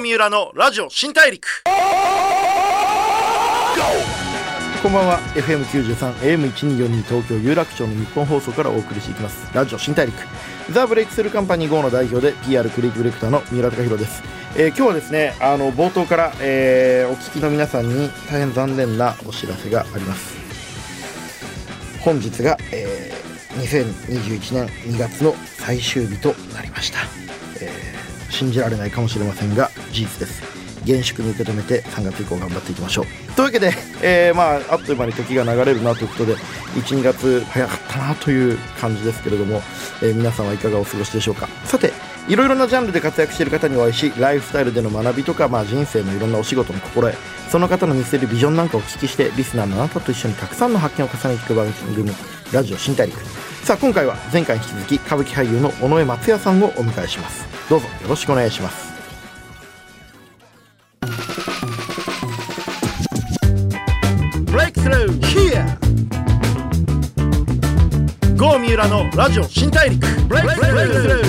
郷三浦のラジオ新大陸。こんばんは。 FM93 AM1242 東京有楽町の日本放送からお送りしていきますラジオ新大陸。ザ・ブレイクスルーカンパニー GO の代表で PR クリエイティブディレクターの三浦貴大です。今日はですね冒頭から、お聞きの皆さんに大変残念なお知らせがあります。本日が、2021年2月の最終日となりました。信じられないかもしれませんが事実です。厳粛に受け止めて3月以降頑張っていきましょうというわけで、あっという間に時が流れるなということで 1,2 月早かったなという感じですけれども、皆さんはいかがお過ごしでしょうか。さて、いろいろなジャンルで活躍している方にお会いし、ライフスタイルでの学びとか、人生のいろんなお仕事の心得、その方の見せるビジョンなんかをお聞きして、リスナーのあなたと一緒にたくさんの発見を重ねていく番組ラジオ新大陸。さあ、今回は前回に引き続き歌舞伎俳優の尾上松也さんをお迎えします。どうぞよろしくお願いします。Breakthrough here 郷三浦のラジオ新大陸。 Breakthrough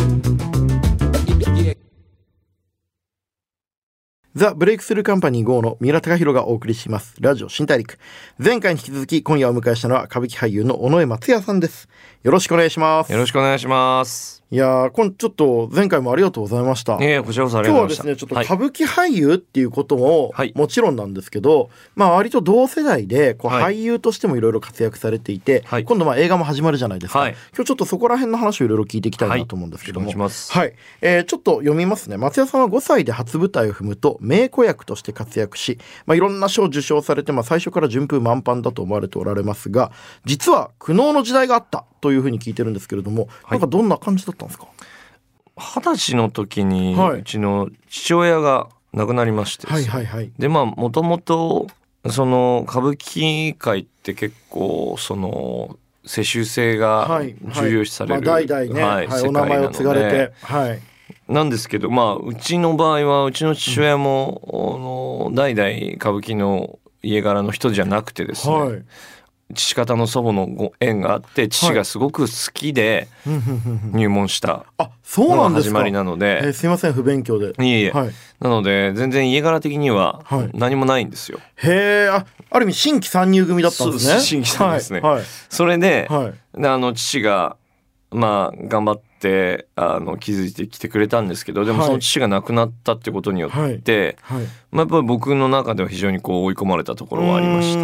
ザ・ブレイクスルーカンパニー GO の三浦貴大がお送りしますラジオ新大陸。前回に引き続き今夜お迎えしたのは歌舞伎俳優の尾上松也さんです。よろしくお願いします。 よろしくお願いします。 いやー、ちょっと前回もありがとうございました。 こちらこそありがとうございました。 今日はですね、ちょっと歌舞伎俳優っていうことももちろんなんですけど、割と同世代で俳優としてもいろいろ活躍されていて、今度映画も始まるじゃないですか。今日ちょっとそこら辺の話をいろいろ聞いていきたいなと思うんですけども、ちょっと読みますね。松也さんは5歳で初舞台を踏むと名子役として活躍し、いろんな賞を受賞されて、最初から順風満帆だと思われておられますが、実は苦悩の時代があったというふうに聞いてるんですけれども、なんかどんな感じだったんですか ？20歳の時にうちの父親が亡くなりましてですね、でもともとその歌舞伎界って結構その世襲制が重要視される、 代々ね、お名前を継がれて、 なんですけど、うちの場合はうちの父親も、代々歌舞伎の家柄の人じゃなくてですね、父方の祖母のご縁があって、父がすごく好きで入門したのが始まりなので、 すいません不勉強で。 いえ、なので全然家柄的には何もないんですよ。 へー、ある意味新規参入組だったんですね。 新規参入ですね。それで、父が頑張って気づいてきてくれたんですけど、でもその父が亡くなったってことによって、やっぱり僕の中では非常に追い込まれたところはありまして、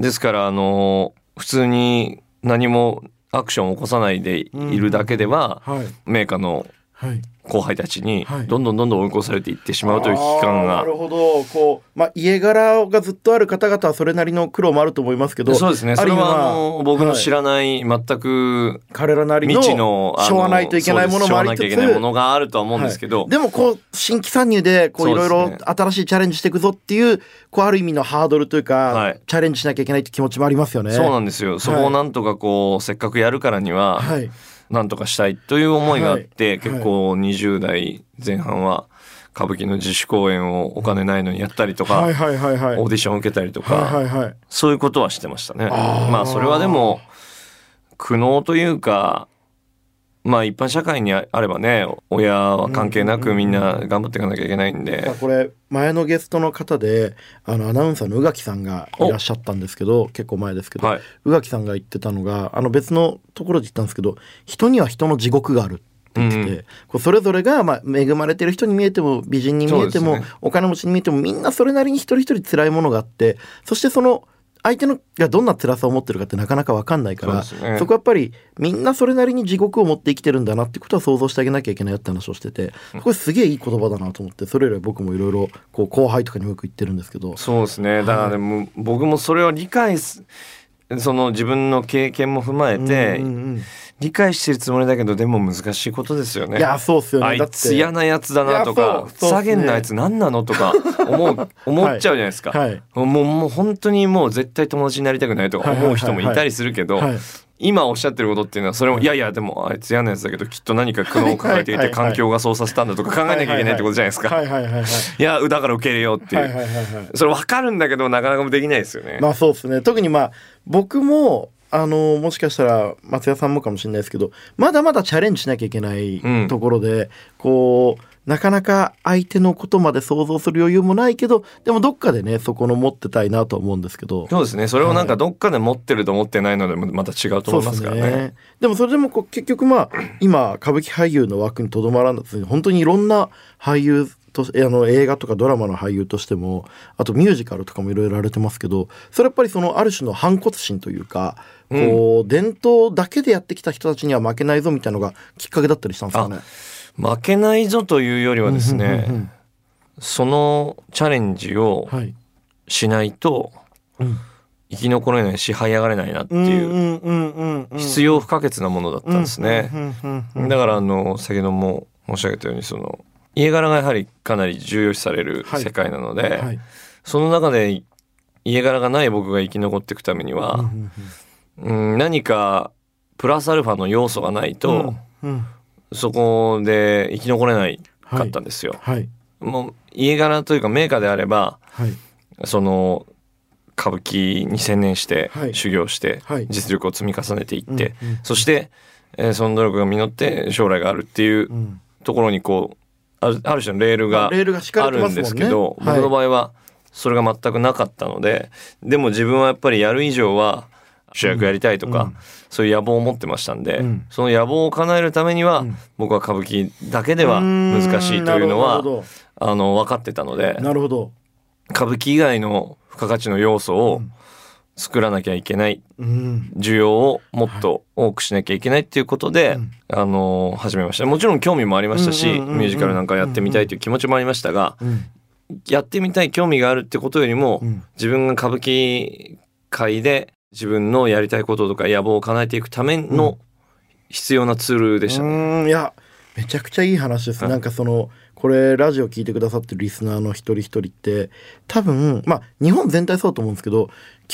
ですから普通に何もアクションを起こさないでいるだけでは、名家の後輩たちにどんどん追い越されていってしまうという危機感が。 なるほど。家柄がずっとある方々はそれなりの苦労もあると思いますけど、 そうですね、それは僕の知らない、全く彼らなりの未知のしょうがないといけないものもありつつ、 しょうがなきゃいけないものがあるとは思うんですけど、 でも新規参入でいろいろ新しいチャレンジしていくぞっていうある意味のハードルというか、チャレンジしなきゃいけないって気持ちもありますよね。 そうなんですよ。そこをなんとかせっかくやるからには、なんとかしたいという思いがあって、結構20代前半は歌舞伎の自主公演をお金ないのにやったりとか、オーディションを受けたりとか、そういうことはしてましたね。それはでも苦悩というか、一般社会にあればね、親は関係なくみんな頑張っていかなきゃいけないんで。 これ前のゲストの方でアナウンサーの宇垣さんがいらっしゃったんですけど、結構前ですけど、宇垣さんが言ってたのが別のところで言ったんですけど、人には人の地獄があるって言ってて、それぞれが恵まれてる人に見えても美人に見えても、お金持ちに見えてもみんなそれなりに一人一人辛いものがあって、そしてその相手がどんな辛さを持ってるかってなかなか分かんないから、そこはやっぱりみんなそれなりに地獄を持って生きてるんだなってことは想像してあげなきゃいけないよって話をしてて、これすげえいい言葉だなと思って、それより僕もいろいろ後輩とかにもよく言ってるんですけど。 そうですね。だからでも僕もそれを理解その自分の経験も踏まえて理解してるつもりだけど、でも難しいことですよね。 いやそうっすよね。 あいつ嫌なやつだなとか、下げんなあいつ何なのとか思っちゃうじゃないですか。もう本当にもう絶対友達になりたくないとか思う人もいたりするけど、今おっしゃってることっていうのはそれも、いやでもあいつ嫌なやつだけどきっと何か苦悩を抱えていて環境がそうさせたんだとか考えなきゃいけないってことじゃないですか。いやだから受け入れようっていう、それ分かるんだけどなかなかできないですよね。 そうですね。特に僕ももしかしたら松也さんもかもしれないですけど、まだまだチャレンジしなきゃいけないところで、 なかなか相手のことまで想像する余裕もないけど、でもどっかでねそこの持ってたいなと思うんですけど。 そうですね、それをなんかどっかで持ってると思ってないのでまた違うと思いますからね。 でもそれでも結局今歌舞伎俳優の枠にとどまらず本当にいろんな俳優と映画とかドラマの俳優としても、あとミュージカルとかもいろいろやられてますけど、それやっぱりそのある種の反骨心というか、こう伝統だけでやってきた人たちには負けないぞみたいなのがきっかけだったりしたんですかね。 負けないぞというよりはですね、そのチャレンジをしないと生き残れないし這い上がれないなっていう必要不可欠なものだったんですね。だから先ほども申し上げたようにその家柄がやはりかなり重要視される世界なので、その中で家柄がない僕が生き残っていくためには、何かプラスアルファの要素がないと、そこで生き残れないかったんですよ。もう家柄というか名家であれば、その歌舞伎に専念して修行して実力を積み重ねていって、そして、その努力が実って将来があるっていうところにこうある種のレールがあるんですけど、僕の場合はそれが全くなかったので、でも自分はやっぱりやる以上は主役やりたいとか、そういう野望を持ってましたんで、その野望を叶えるためには、僕は歌舞伎だけでは難しいというのは分かってたので、 なるほど、 歌舞伎以外の付加価値の要素を作らなきゃいけない、需要をもっと多くしなきゃいけないっていうことで、始めました。もちろん興味もありましたし、ミュージカルなんかやってみたいという気持ちもありましたが、やってみたい興味があるってことよりも、自分が歌舞伎界で自分のやりたいこととか野望を叶えていくための必要なツールでしたね。 いやめちゃくちゃいい話です。なんかこれラジオ聞いてくださってるリスナーの一人一人って多分日本全体そうと思うんですけど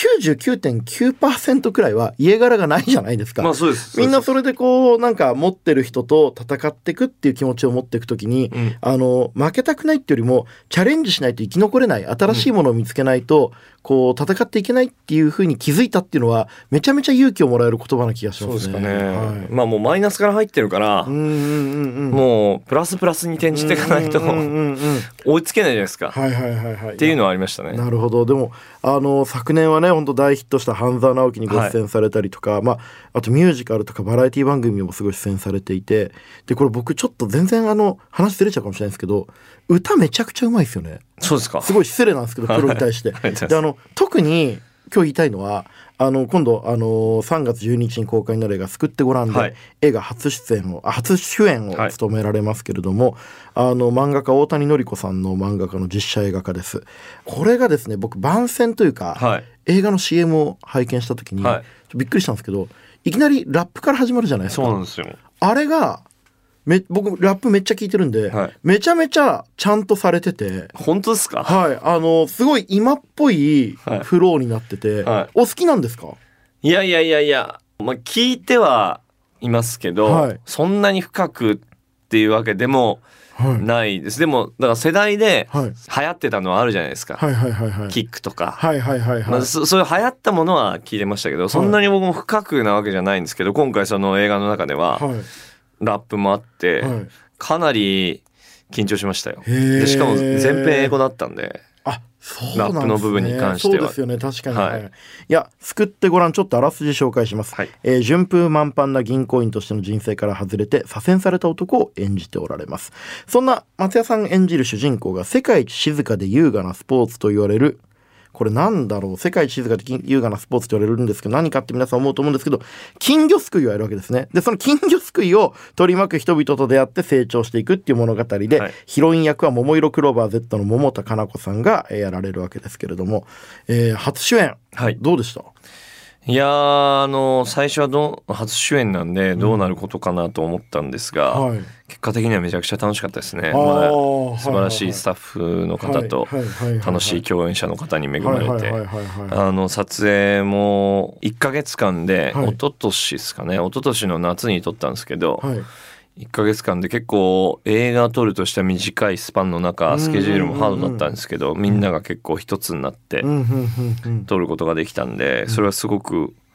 99.9% くらいは家柄がないじゃないですか。 そうです。 みんなそれでこうなんか持ってる人と戦っていくっていう気持ちを持っていくときに、負けたくないっていうよりもチャレンジしないと生き残れない、新しいものを見つけないとこう戦っていけないっていうふうに気づいたっていうのはめちゃめちゃ勇気をもらえる言葉な気がしますね。 そうですかね。もうマイナスから入ってるから、もうプラスに転じていかないと追いつけないじゃないですか。っていうのはありましたね。 なるほど。でも昨年はね本当大ヒットした半沢直樹にご出演されたりとか、あとミュージカルとかバラエティ番組もすごい出演されていて、でこれ僕ちょっと全然話ずれちゃうかもしれないですけど、歌めちゃくちゃうまいですよね。 そうですか。 すごい失礼なんですけどプロに対してで特に今日言いたいのは今度3月12日に公開になる映画「すくってごらん」で、映画初主演を務められますけれども、漫画家大谷典子さんの漫画家の実写映画化です。これがですね僕番宣というか、映画の CM を拝見した時に、びっくりしたんですけど、いきなりラップから始まるじゃないですか。 そうなんですよ。 あれが僕ラップめっちゃ聞いてるんで、めちゃめちゃちゃんとされてて。 本当ですか？ すごい今っぽいフローになってて、お好きなんですか？ いや聞いてはいますけど、そんなに深くっていうわけでもないです。でもだから世代で流行ってたのはあるじゃないですか。キックとか、そういう流行ったものは聞いてましたけど、そんなに僕も深くなわけじゃないんですけど、今回その映画の中ではラップもあって、かなり緊張しましたよ。でしかも全編英語だったんで。 そうなんですね。 ラップの部分に関しては。 そうですよね、確かに。いや、すくってごらん、ちょっとあらすじ紹介します。順風満帆な銀行員としての人生から外れて左遷された男を演じておられます。そんな松也さん演じる主人公が世界一静かで優雅なスポーツと言われる、これなんだろう、世界一静かで優雅なスポーツと言われるんですけど、何かって皆さん思うと思うんですけど、金魚すくいをやるわけですね。でその金魚すくいを取り巻く人々と出会って成長していくっていう物語で、ヒロイン役は桃色クローバー Z の桃田かな子さんがやられるわけですけれども、初主演、どうでした？ いや最初は初主演なんでどうなることかなと思ったんですが、結果的にはめちゃくちゃ楽しかったですね。素晴らしいスタッフの方と楽しい共演者の方に恵まれて、撮影も1ヶ月間で、一昨年の夏に撮ったんですけど、1ヶ月間で結構映画撮るとしては短いスパンの中、スケジュールもハードだったんですけど、みんなが結構一つになって撮ることができたんで、それはすごく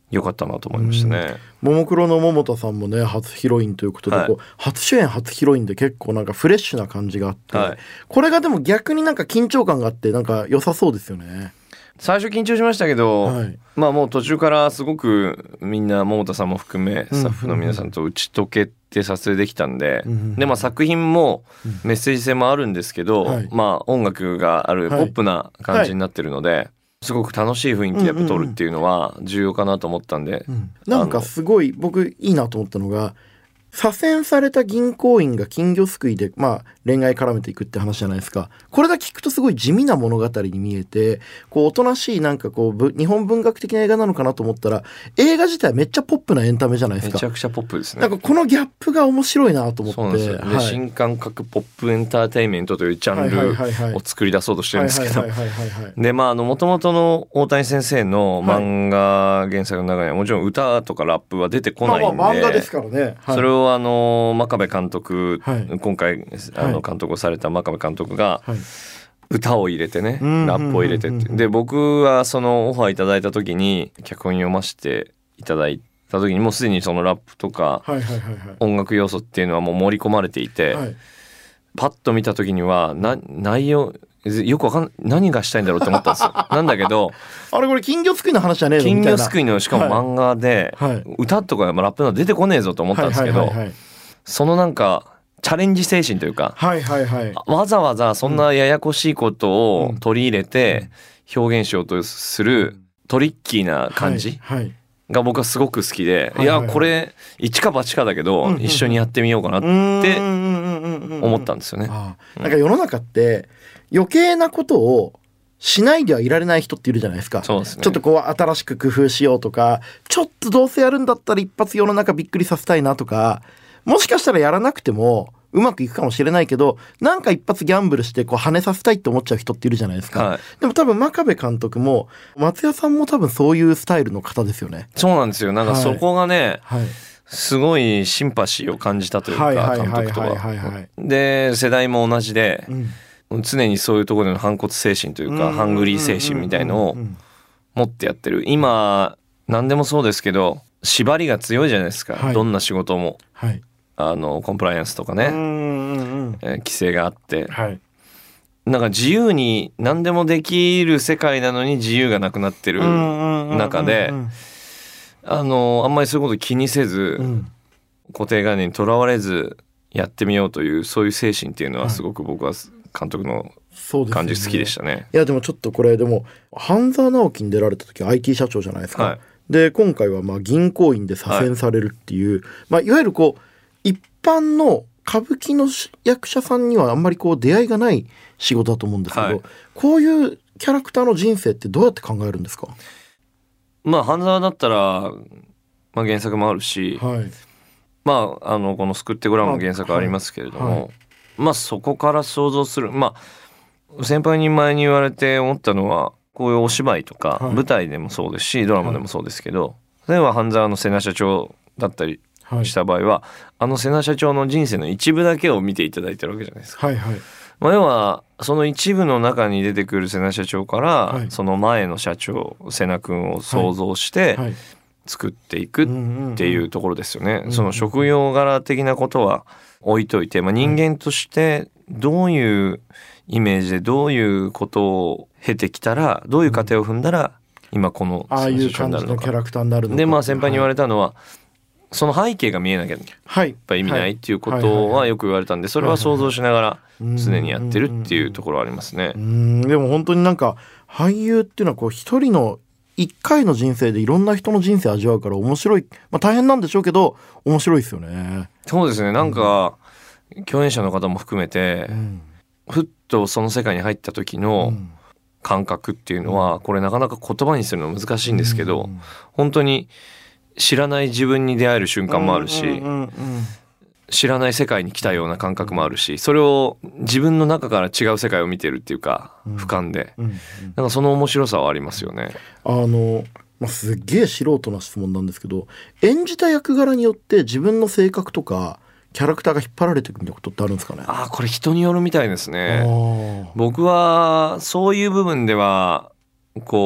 良かったなと思いましたね。 ももクロの桃田さんもね初ヒロインということで、はい、初主演初ヒロインで結構なんかフレッシュな感じがあって、はい、これがでも逆になんか緊張感があってなんか良さそうですよね。 最初緊張しましたけど、はい、まあもう途中からすごくみんな桃田さんも含めスタッフの皆さんと打ち解けて撮影できたんで、でまあ作品もメッセージ性もあるんですけど、まあ音楽があるポップな感じになってるので、すごく楽しい雰囲気でやっぱ撮るっていうのは重要かなと思ったんで、 なんかすごい僕いいなと思ったのが、左遷された銀行員が金魚すくいで、まあ、恋愛絡めていくって話じゃないですか。これが聞くとすごい地味な物語に見えて、こうおとなしいなんかこう日本文学的な映画なのかなと思ったら、映画自体めっちゃポップなエンタメじゃないですか。 めちゃくちゃポップですね。 なんかこのギャップが面白いなと思って。 そうなんですよ、で新感覚ポップエンターテインメントというジャンルを作り出そうとしてるんですけど、でまあ元々の大谷先生の漫画原作の中にはもちろん歌とかラップは出てこないんで、 漫画ですからね、 それを真壁監督、今回監督をされた真壁監督が歌を入れてね、ラップを入れてって、で僕はそのオファーいただいた時に脚本読ませていただいた時にもうすでにそのラップとか音楽要素っていうのはもう盛り込まれていて、パッと見た時には内容よくわかん何がしたいんだろうって思ったんですよ。なんだけどあれこれ金魚すくいの話じゃねえのみたいな、 金魚すくいのしかも漫画で、歌とかラップの出てこねえぞと思ったんですけど、そのなんかチャレンジ精神というか、わざわざそんなややこしいことを取り入れて表現しようとするトリッキーな感じが僕はすごく好きで、いやこれ一か八かだけど一緒にやってみようかなって思ったんですよね。 なんか世の中って余計なことをしないではいられない人っているじゃないですか。 そうですね、 ちょっとこう新しく工夫しようとか、ちょっとどうせやるんだったら一発世の中びっくりさせたいなとか、もしかしたらやらなくてもうまくいくかもしれないけど、なんか一発ギャンブルしてこう跳ねさせたいって思っちゃう人っているじゃないですか、でも多分真壁監督も松也さんも多分そういうスタイルの方ですよね。 そうなんですよ。なんかそこがね、すごいシンパシーを感じたというか、監督とは。で世代も同じで、常にそういうところでの反骨精神というかハングリー精神みたいのを持ってやってる。今何でもそうですけど縛りが強いじゃないですか、どんな仕事も、コンプライアンスとかね、規制があって、なんか自由に何でもできる世界なのに自由がなくなってる中で、あんまりそういうこと気にせず、固定概念にとらわれずやってみようというそういう精神っていうのはすごく僕は監督の感じ好きでしたね。 いやでもちょっとこれでも半沢直樹に出られた時は IT 社長じゃないですか、で今回はまあ銀行員で左遷されるっていう、いわゆるこう一般の歌舞伎の役者さんにはあんまりこう出会いがない仕事だと思うんですけど、こういうキャラクターの人生ってどうやって考えるんですか？ まあ半沢だったら、原作もあるし、この「スクってグラム」の原作ありますけれども、そこから想像する、先輩に前に言われて思ったのは、こういうお芝居とか、舞台でもそうですしドラマでもそうですけど、例えば半沢の瀬名社長だったりした場合は、瀬名社長の人生の一部だけを見ていただいてるわけじゃないですか。要はその一部の中に出てくる瀬名社長から、その前の社長瀬名君を想像して作っていくっていうところですよね。その職業柄的なことは置いといて、人間としてどういうイメージでどういうことを経てきたら、どういう過程を踏んだら今このああいう感じのキャラクターになるのか。 で先輩に言われたのは、その背景が見えなきゃやっぱ意味ないっていうことはよく言われたんで、それは想像しながら常にやってるっていうところはありますね。 でも本当になんか俳優っていうのはこう一人の一回の人生でいろんな人の人生味わうから面白い、大変なんでしょうけど面白いですよね。 そうですね。なんか、共演者の方も含めて、ふっとその世界に入った時の感覚っていうのは、これなかなか言葉にするの難しいんですけど、本当に知らない自分に出会える瞬間もあるし、知らない世界に来たような感覚もあるし、それを自分の中から違う世界を見てるっていうか、俯瞰で、なんかその面白さはありますよね。 すっげえ素人な質問なんですけど、演じた役柄によって自分の性格とかキャラクターが引っ張られていくみたいなことってあるんですかね？ これ人によるみたいですね。僕はそういう部分ではこ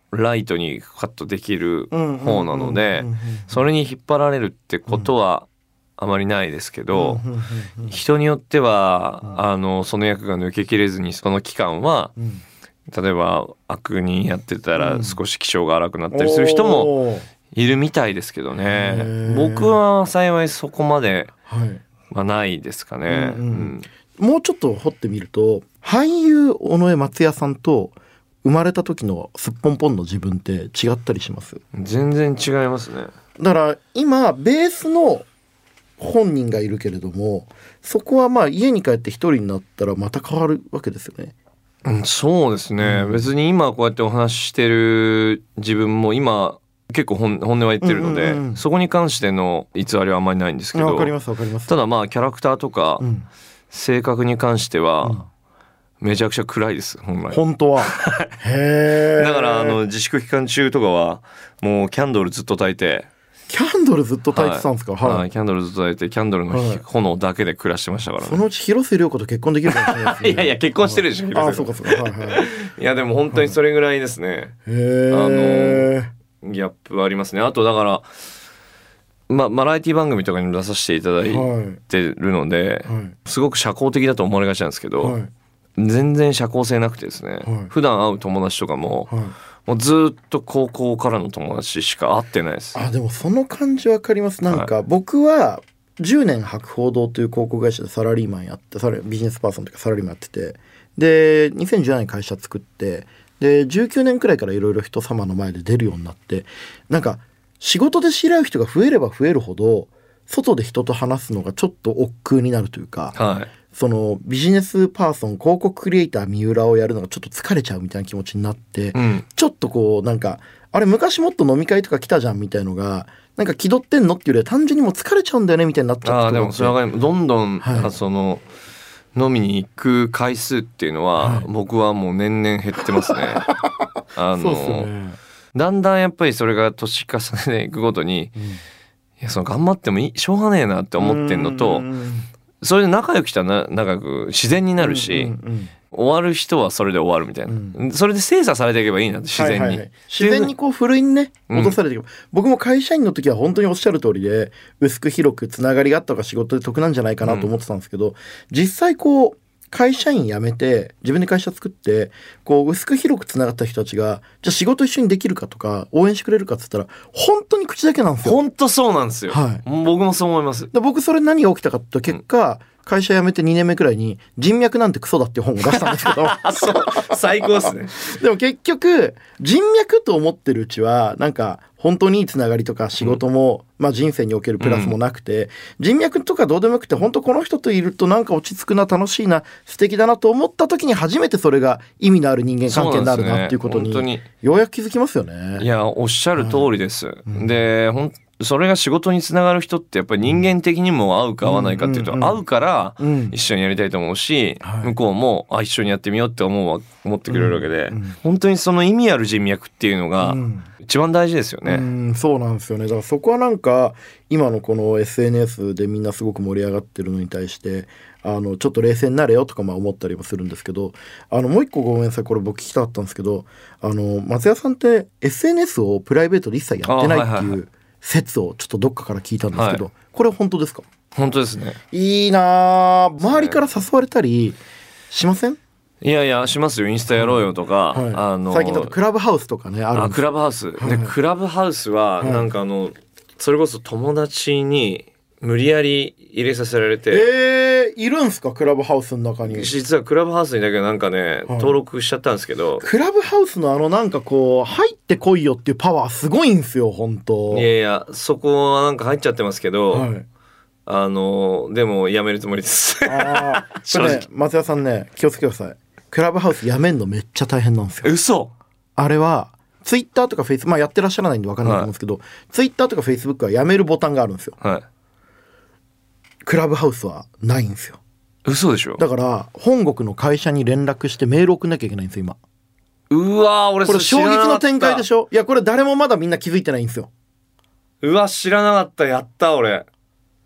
ライトにカットできる方なので、それに引っ張られるってことはあまりないですけど、人によってはその役が抜けきれずにその期間は、例えば悪人やってたら少し気性が荒くなったりする人もいるみたいですけどね。僕は幸いそこまではないですかね。 もうちょっと掘ってみると、俳優尾上松也さんと生まれた時のすっぽんぽんの自分って違ったりします？ 全然違いますね。 だから今ベースの本人がいるけれども、そこはまあ家に帰って一人になったらまた変わるわけですよね。 そうですね、別に今こうやってお話ししてる自分も今結構本音は言ってるので、そこに関しての偽りはあんまりないんですけど、 わかりますわかります。 ただまあキャラクターとか、性格に関してはめちゃくちゃ暗いです本来。 本当はへー。 だから自粛期間中とかはもうキャンドルずっと焚いて。 キャンドルずっと焚いてたんですか？ はい、キャンドルずっと焚いてキャンドルの炎だけで暮らしてましたからね。 そのうち広瀬涼子と結婚できるかもしれないですね。 いやいや結婚してるでしょ。 あ、そうかそうか。はいはい。 いやでも本当にそれぐらいですね。 へー。 ギャップはありますね。あとだからバラエティ番組とかにも出させていただいてるので、すごく社交的だと思われがちなんですけど、全然社交性なくてですね、普段会う友達とかも、もうずっと高校からの友達しか会ってないです。 でもその感じわかります。なんか僕は10年博報堂という広告会社でサラリーマンやって、ビジネスパーソンというかサラリーマンやってて、で2017年会社作って、で19年くらいからいろいろ人様の前で出るようになって、なんか仕事で知り合う人が増えれば増えるほど外で人と話すのがちょっと億劫になるというか、そのビジネスパーソン広告クリエイター三浦をやるのがちょっと疲れちゃうみたいな気持ちになって、ちょっとこうなんかあれ昔もっと飲み会とか来たじゃんみたいのがなんか気取ってんのっていうよりは単純にもう疲れちゃうんだよねみたいになっちゃって。 でもそれはどんどん、その飲みに行く回数っていうのは、僕はもう年々減ってますね。そうですよね。だんだんやっぱりそれが年重ねていくごとに、いやその頑張ってもしょうがねえなって思ってんのと、それで仲良くしたら仲良く自然になるし、終わる人はそれで終わるみたいな、それで精査されていけばいいなって自然に、 自然にこうふるいにね戻されていけば、僕も会社員の時は本当におっしゃる通りで薄く広くつながりがあった方が仕事で得なんじゃないかなと思ってたんですけど、実際こう会社員辞めて自分で会社作ってこう薄く広くつながった人たちがじゃあ仕事一緒にできるかとか応援してくれるかって言ったら本当に口だけなんですよ。 本当そうなんですよ、僕もそう思います。 で僕それ何が起きたかって結果、会社辞めて2年目くらいに人脈なんてクソだっていう本を出したんですけど最高ですね。 でも結局人脈と思ってるうちはなんか本当にいいつながりとか仕事も、人生におけるプラスもなくて、人脈とかどうでもよくて本当この人といるとなんか落ち着くな楽しいな素敵だなと思った時に初めてそれが意味のある人間関係になるなっていうことにようやく気づきますよね。 いやおっしゃる通りです、でそれが仕事につながる人ってやっぱり人間的にも合うか合わないかっていうと、合うから一緒にやりたいと思うし、向こうも一緒にやってみようって思ってくれるわけで、本当にその意味ある人脈っていうのが一番大事ですよね。 そうなんですよね。だからそこはなんか今のこの SNS でみんなすごく盛り上がってるのに対してちょっと冷静になれよとか思ったりもするんですけど、もう一個ごめんなさい、これ僕聞きたかったんですけど、松也さんって SNS をプライベートで一切やってないっていう説をちょっとどっかから聞いたんですけど、これ本当ですか？ 本当ですね。 いいな。周りから誘われたりしません？ いやいやしますよ。インスタやろうよとか、 最近だとクラブハウスとかねあるんです。 クラブハウス、でクラブハウスはなんかそれこそ友達に無理やり入れさせられて、 いるんすかクラブハウスの中に。 実はクラブハウスにだけなんかね、登録しちゃったんですけど、 クラブハウスのなんかこう入ってこいよっていうパワーすごいんすよ本当。 いやいやそこはなんか入っちゃってますけど、でもやめるつもりです。これね松也さんね気をつけてください。クラブハウスやめんのめっちゃ大変なんですよ。 嘘。 あれはツイッターとかフェイスやってらっしゃらないんで分かんないと思うんですけど、ツイッターとかフェイスブックはやめるボタンがあるんですよ。クラブハウスはないんですよ。 嘘でしょ。 だから本国の会社に連絡してメール送んなきゃいけないんですよ今。 うわ俺これ衝撃の展開でしょ。いやこれ誰もまだみんな気づいてないんですよ。 うわ知らなかった。やった俺。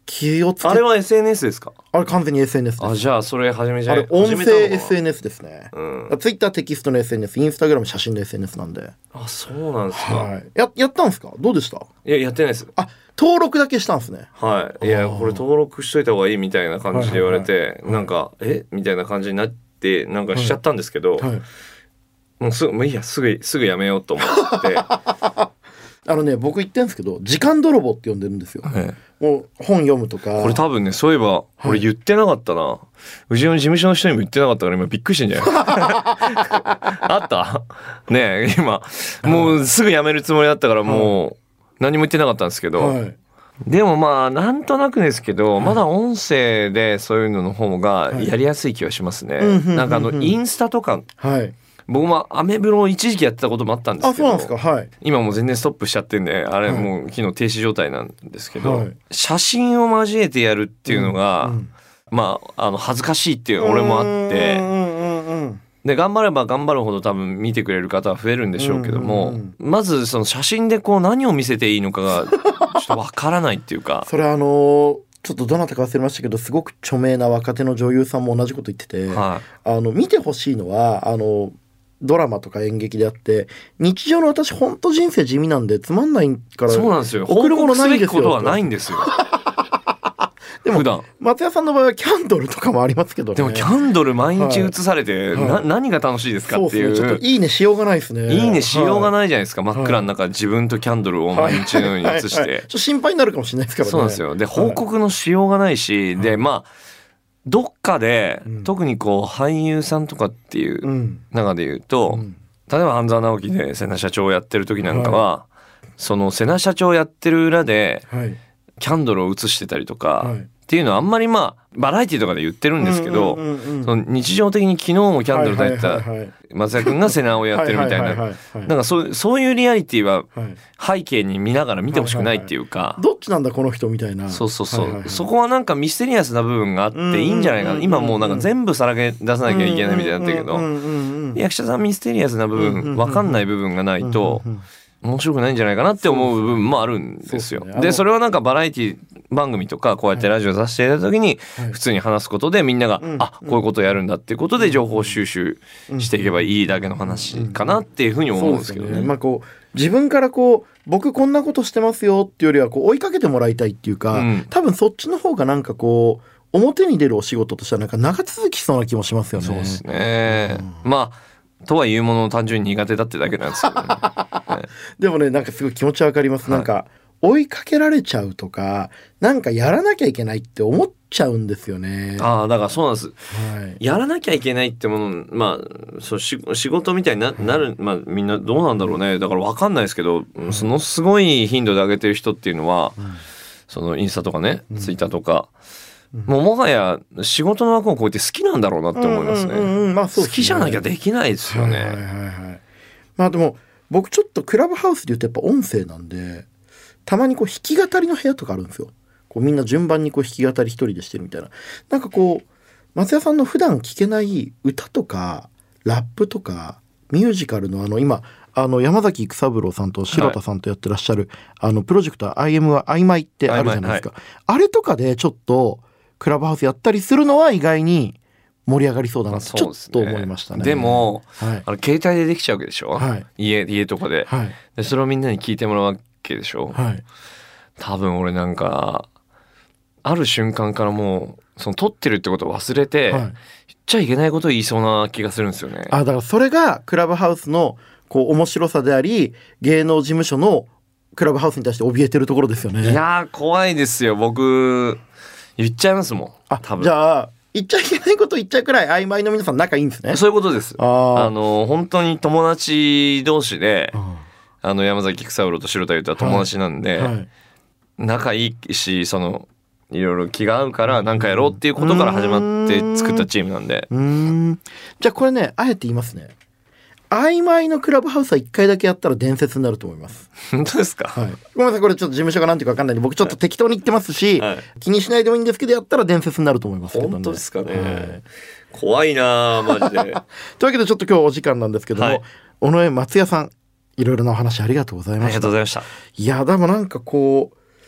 気をつけあれは SNS ですか？ あれ完全に SNS です。 じゃあそれ始めちゃあれ音声 SNS ですね。ツイッターテキストの SNS、インスタグラム写真の SNS なんで。 そうなんですか。 はい、やったんですか？どうでした？ いや、やってないです。 登録だけしたんですね。 はい。いや、これ登録しといた方がいいみたいな感じで言われて、なんかみたいな感じになってなんかしちゃったんですけど、もういいや、すぐやめようと思って僕言ってんですけど、時間泥棒って呼んでるんですよ。もう本読むとか。 これ多分ね、そういえば俺言ってなかったな。うちの事務所の人にも言ってなかったから今びっくりしてんじゃないあったねえ、今もうすぐやめるつもりだったからもう何も言ってなかったんですけど、でもまあなんとなくですけど、まだ音声でそういうのの方がやりやすい気はしますね。なんかインスタとか、僕もアメブロ一時期やってたこともあったんですけど、 そうなんですか。 今もう全然ストップしちゃってんで、あれもう機能停止状態なんですけど、写真を交えてやるっていうのが、まあ恥ずかしいっていう俺もあって、で頑張れば頑張るほど多分見てくれる方は増えるんでしょうけども、まずその写真でこう何を見せていいのかがちょっとわからないっていうかそれちょっとどなたか忘れましたけど、すごく著名な若手の女優さんも同じこと言ってて、見てほしいのはドラマとか演劇であって、日常の私本当人生地味なんでつまんないから、 そうなんですよ。送るものないんですよ。報告すべきことはないんですよでも普段松也さんの場合はキャンドルとかもありますけどね。 でもキャンドル毎日映されて、何が楽しいですかっていう。 ちょっといいねしようがないですね。 いいねしようがないじゃないですか。真っ暗の中自分とキャンドルを毎日のように映して、 ちょっと心配になるかもしれないですからね。 そうなんですよ。で報告のしようがないし、でまあどっかで、特にこう俳優さんとかっていう中で言うと、例えば半沢直樹で瀬名社長をやってる時なんかは、その瀬名社長をやってる裏で、キャンドルを映してたりとか、っていうのはあんまりまあバラエティとかで言ってるんですけど、その日常的に昨日もキャンドル焚いた松也くんが瀬名をやってるみたいな、なんかそういうリアリティは背景に見ながら見てほしくないっていうか、 どっちなんだこの人みたいな。 そう、そこはなんかミステリアスな部分があっていいんじゃないかな。今もうなんか全部さらけ出さなきゃいけないみたいになってるけど、役者さんミステリアスな部分、分かんない部分がないと面白くないんじゃないかなって思う部分もあるんですよ。でそれはなんかバラエティ番組とかこうやってラジオ出していた時に普通に話すことでみんながこういうことをやるんだっていうことで情報収集していけばいいだけの話かなっていうふうに思うんですけどね。 まあこう自分からこう僕こんなことしてますよっていうよりはこう追いかけてもらいたいっていうか、多分そっちの方がなんかこう表に出るお仕事としてはなんか長続きしそうな気もしますよね。 そうですね。まあとはいうもの単純に苦手だってだけなんですけどね。 でもねなんかすごい気持ちわかります。なんか追いかけられちゃうとかなんかやらなきゃいけないって思っちゃうんですよね。 だからそうなんです、やらなきゃいけないってもの、まあそう仕事みたいになる、まあみんなどうなんだろうね。だから分かんないですけど、そのすごい頻度で上げてる人っていうのは、そのインスタとかね、ツイッターとかもはや仕事の枠を超えて好きなんだろうなって思いますね。好きじゃなきゃできないですよね。 まあでも僕ちょっとクラブハウスで言うとやっぱ音声なんで、たまにこう弾き語りの部屋とかあるんですよ。こうみんな順番にこう弾き語り一人でしてるみたいな。なんかこう松也さんの普段聞けない歌とかラップとかミュージカルの今山崎育三郎さんと白田さんとやってらっしゃる、プロジェクト IM は曖昧ってあるじゃないですか。あれとかでちょっとクラブハウスやったりするのは意外に盛り上がりそうだなってちょっと思いましたね。 でも、携帯でできちゃうわけでしょ、家とかで、でそれをみんなに聞いてもらうわけでしょ、多分俺なんかある瞬間からもうその撮ってるってことを忘れて、言っちゃいけないことを言いそうな気がするんですよね。 だからそれがクラブハウスのこう面白さであり、芸能事務所のクラブハウスに対して怯えてるところですよね。 いや怖いですよ。僕言っちゃいますもん。多分じゃあ言っちゃいけないこと言っちゃうくらい曖昧の皆さん仲いいんですね。 そういうことです。本当に友達同士で、山崎育三郎と白田優斗は友達なんで、仲いいし、そのいろいろ気が合うから何かやろうっていうことから始まって作ったチームなんで。 じゃあこれね、あえて言いますね。曖昧のクラブハウスは1回だけやったら伝説になると思います。 本当ですか？ ごめんなさい、これちょっと事務所がなんていうか分かんないんで僕ちょっと適当に言ってますし、気にしないでもいいんですけどやったら伝説になると思いますけどね。 本当ですかね、怖いなマジでというわけでちょっと今日お時間なんですけども、尾上松也さんいろいろなお話ありがとうございました。 ありがとうございました。 いやでもなんかこう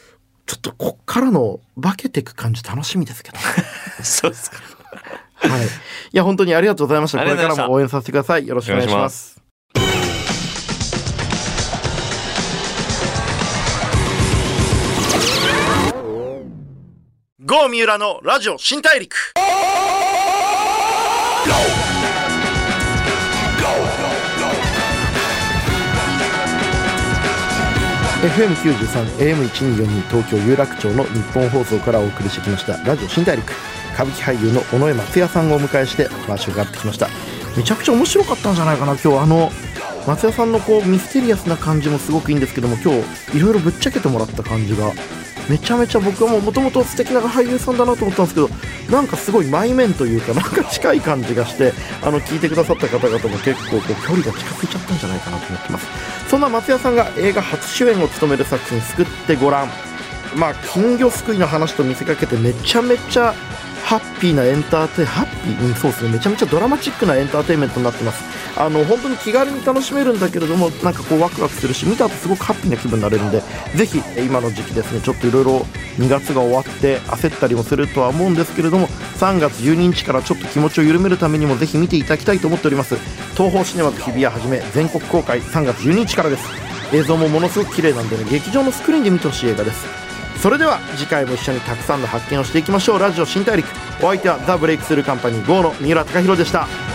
ちょっとこっからの化けていく感じ楽しみですけどそうですか。 はい。いや本当にありがとうございました。これからも応援させてください。よろしくお願いします。郷三浦のラジオ新大陸。FM93 AM1242 東京有楽町の日本放送からお送りしてきましたラジオ新大陸。歌舞伎俳優の尾上松也さんをお迎えしてお話を伺ってきました。めちゃくちゃ面白かったんじゃないかな。今日松也さんのこうミステリアスな感じもすごくいいんですけども、今日いろいろぶっちゃけてもらった感じがめちゃめちゃ僕はもともと素敵な俳優さんだなと思ったんですけど、なんかすごい内面というかなんか近い感じがして、聞いてくださった方々も結構こう距離が近づいちゃったんじゃないかなと思ってます。そんな松也さんが映画初主演を務める作品救ってごらん、金魚すくいの話と見せかけてめちゃめちゃハッピーなエンターテイハッピー、そうですね、めちゃめちゃドラマチックなエンターテインメントになってます。本当に気軽に楽しめるんだけれども、なんかこうワクワクするし、見た後すごくハッピーな気分になれるんで、ぜひ今の時期ですね、ちょっといろいろ2月が終わって焦ったりもするとは思うんですけれども、3月12日からちょっと気持ちを緩めるためにもぜひ見ていただきたいと思っております。東宝シネマズ日比谷はじめ全国公開3月12日からです。映像もものすごく綺麗なんでね、劇場のスクリーンで見てほしい映画です。それでは次回も一緒にたくさんの発見をしていきましょう。ラジオ新大陸、お相手はザ・ブレイクスルーカンパニー GO の三浦貴大でした。